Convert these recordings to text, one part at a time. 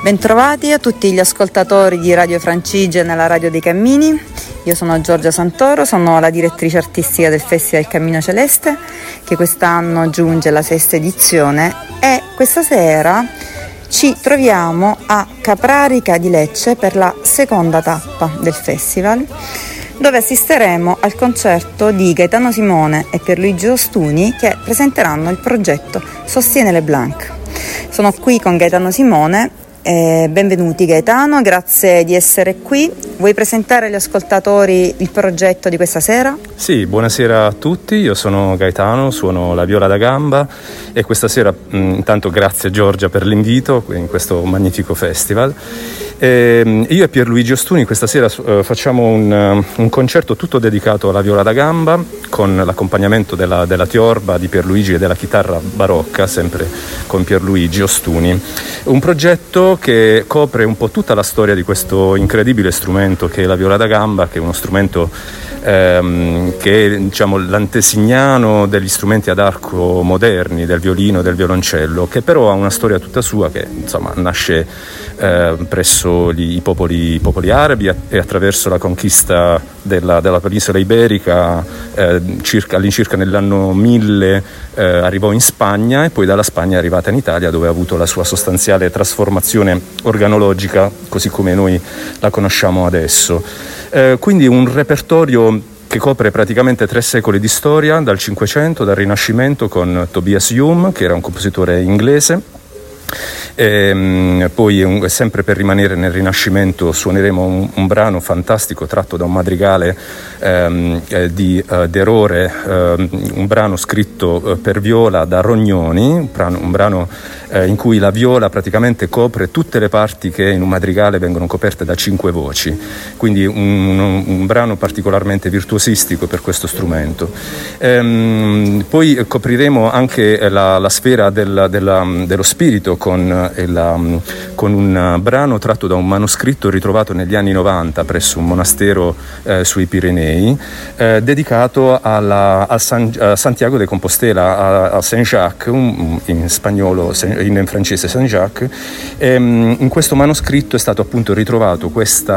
Bentrovati a tutti gli ascoltatori di Radio Francigena nella Radio dei Cammini. Io sono Giorgia Santoro, sono la direttrice artistica del Festival Cammino Celeste, che quest'anno giunge alla 6ª edizione, e questa sera ci troviamo a Caprarica di Lecce per la seconda tappa del festival, dove assisteremo al concerto di Gaetano Simone e Pierluigi Ostuni, che presenteranno il progetto Sostiene Le Blanc. Sono qui con Gaetano Simone. Benvenuti Gaetano, grazie di essere qui. Vuoi presentare agli ascoltatori il progetto di questa sera? Sì, buonasera a tutti, io sono Gaetano, suono la viola da gamba e questa sera intanto grazie Giorgia per l'invito in questo magnifico festival. Io e Pierluigi Ostuni questa sera facciamo un concerto tutto dedicato alla viola da gamba, con l'accompagnamento della tiorba di Pierluigi e della chitarra barocca, sempre con Pierluigi Ostuni. Un progetto che copre un po' tutta la storia di questo incredibile strumento che è la viola da gamba, che è uno strumento che è, diciamo, l'antesignano degli strumenti ad arco moderni, del violino e del violoncello, che però ha una storia tutta sua, che insomma nasce presso i popoli arabi e attraverso la conquista della penisola iberica all'incirca nell'anno 1000 arrivò in Spagna, e poi dalla Spagna è arrivata in Italia, dove ha avuto la sua sostanziale trasformazione organologica così come noi la conosciamo adesso. Quindi un repertorio che copre praticamente 3 secoli di storia, dal Cinquecento, dal Rinascimento, con Tobias Hume, che era un compositore inglese. Poi sempre per rimanere nel Rinascimento suoneremo un brano fantastico tratto da un madrigale di Derore, un brano scritto per viola da Rognoni, un brano in cui la viola praticamente copre tutte le parti che in un madrigale vengono coperte da 5 voci, quindi un brano particolarmente virtuosistico per questo strumento. Poi copriremo anche la sfera dello spirito con un brano tratto da un manoscritto ritrovato negli anni 90 presso un monastero sui Pirenei, dedicato a Santiago de Compostela, a Saint-Jacques, in spagnolo, in francese Saint-Jacques. In questo manoscritto è stato appunto ritrovata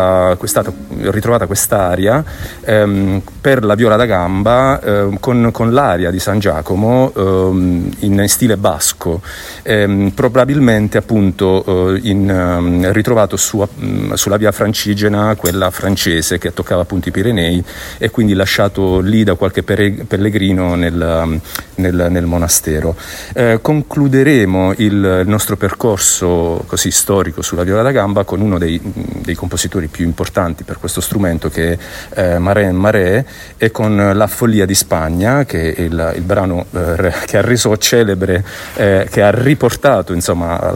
quest'aria per la viola da gamba, con l'aria di San Giacomo in stile basco, probabilmente appunto ritrovato sulla via Francigena, quella francese che toccava appunto i Pirenei, e quindi lasciato lì da qualche pellegrino nel monastero. Concluderemo il nostro percorso così storico sulla viola da gamba con uno dei compositori più importanti per questo strumento, che è Marin Maré, e con La Follia di Spagna, che è il brano che ha reso celebre, che ha riportato insomma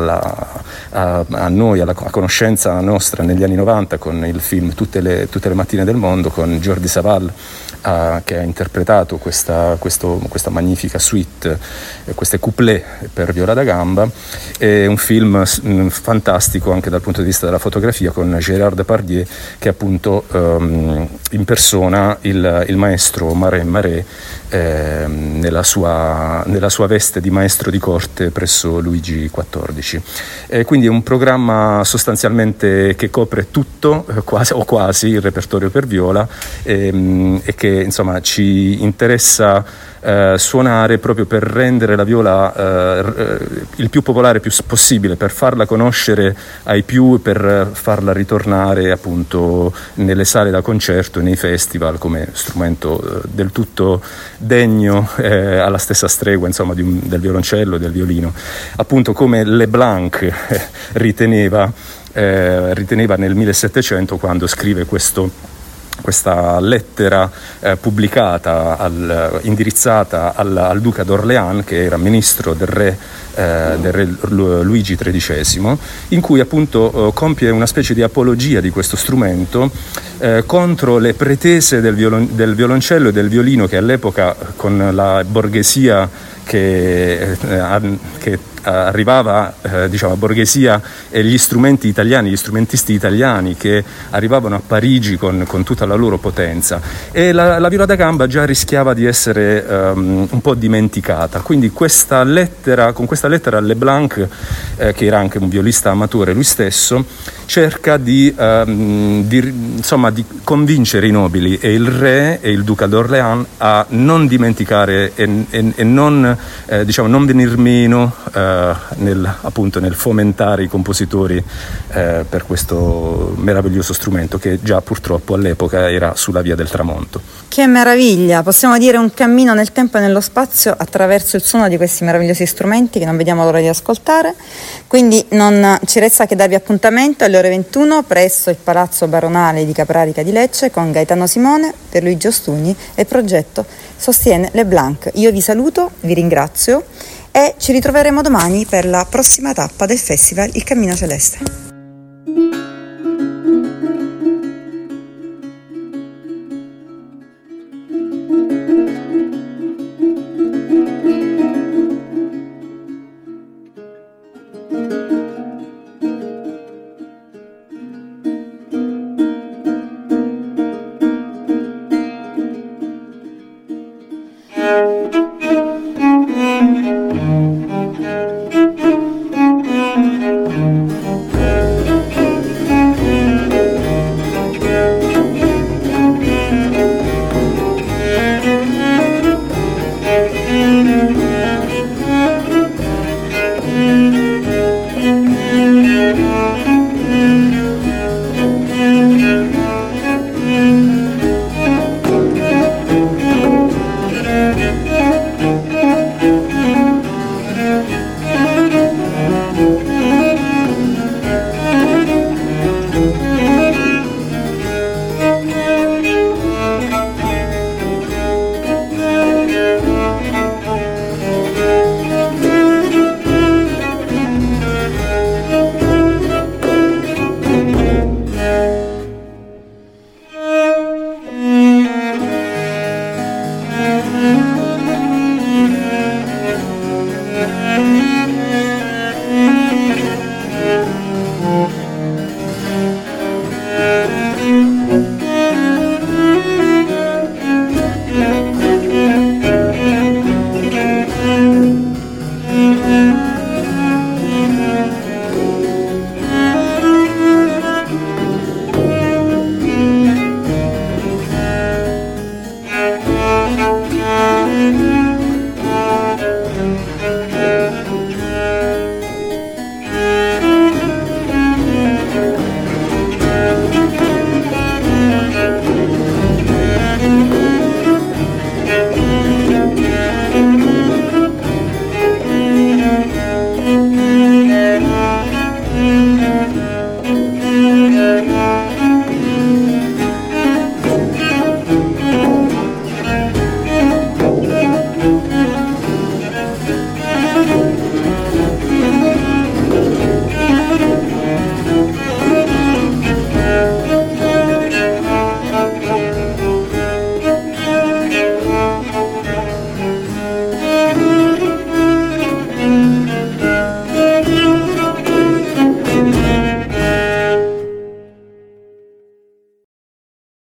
a noi, a conoscenza nostra negli anni 90 con il film Tutte le mattine del mondo, con Jordi Savall che ha interpretato questa magnifica suite, queste couplet per viola da gamba. È un film fantastico anche dal punto di vista della fotografia, con Gérard Depardieu che appunto impersona il maestro Marin Maré nella sua veste di maestro di corte presso Luigi XIV. Quindi è un programma sostanzialmente che copre tutto, quasi il repertorio per viola, e che insomma ci interessa suonare proprio per rendere la viola il più popolare più possibile, per farla conoscere ai più, per farla ritornare appunto nelle sale da concerto e nei festival come strumento del tutto degno, alla stessa stregua insomma del violoncello e del violino, appunto come Le Blanc riteneva nel 1700, quando scrive questa lettera pubblicata indirizzata al duca d'Orléans, che era ministro del re Luigi XIII, in cui appunto compie una specie di apologia di questo strumento contro le pretese del violoncello e del violino, che all'epoca, con la borghesia che arrivava diciamo a borghesia e gli strumenti italiani, gli strumentisti italiani che arrivavano a Parigi con tutta la loro potenza, e la viola da gamba già rischiava di essere un po' dimenticata. Quindi con questa lettera Leblanc, che era anche un violista amatore lui stesso, cerca di convincere i nobili e il re e il duca d'Orléans a non dimenticare e non venir meno nel fomentare i compositori per questo meraviglioso strumento che già purtroppo all'epoca era sulla via del tramonto. Che meraviglia! Possiamo dire un cammino nel tempo e nello spazio attraverso il suono di questi meravigliosi strumenti che non vediamo l'ora di ascoltare. Quindi non ci resta che darvi appuntamento alle ore 21 presso il Palazzo Baronale di Caprarica di Lecce con Gaetano Simone, Pierluigi Ostuni e il progetto Sostiene Leblanc. Io vi saluto, vi ringrazio e ci ritroveremo domani per la prossima tappa del festival Il Cammino Celeste.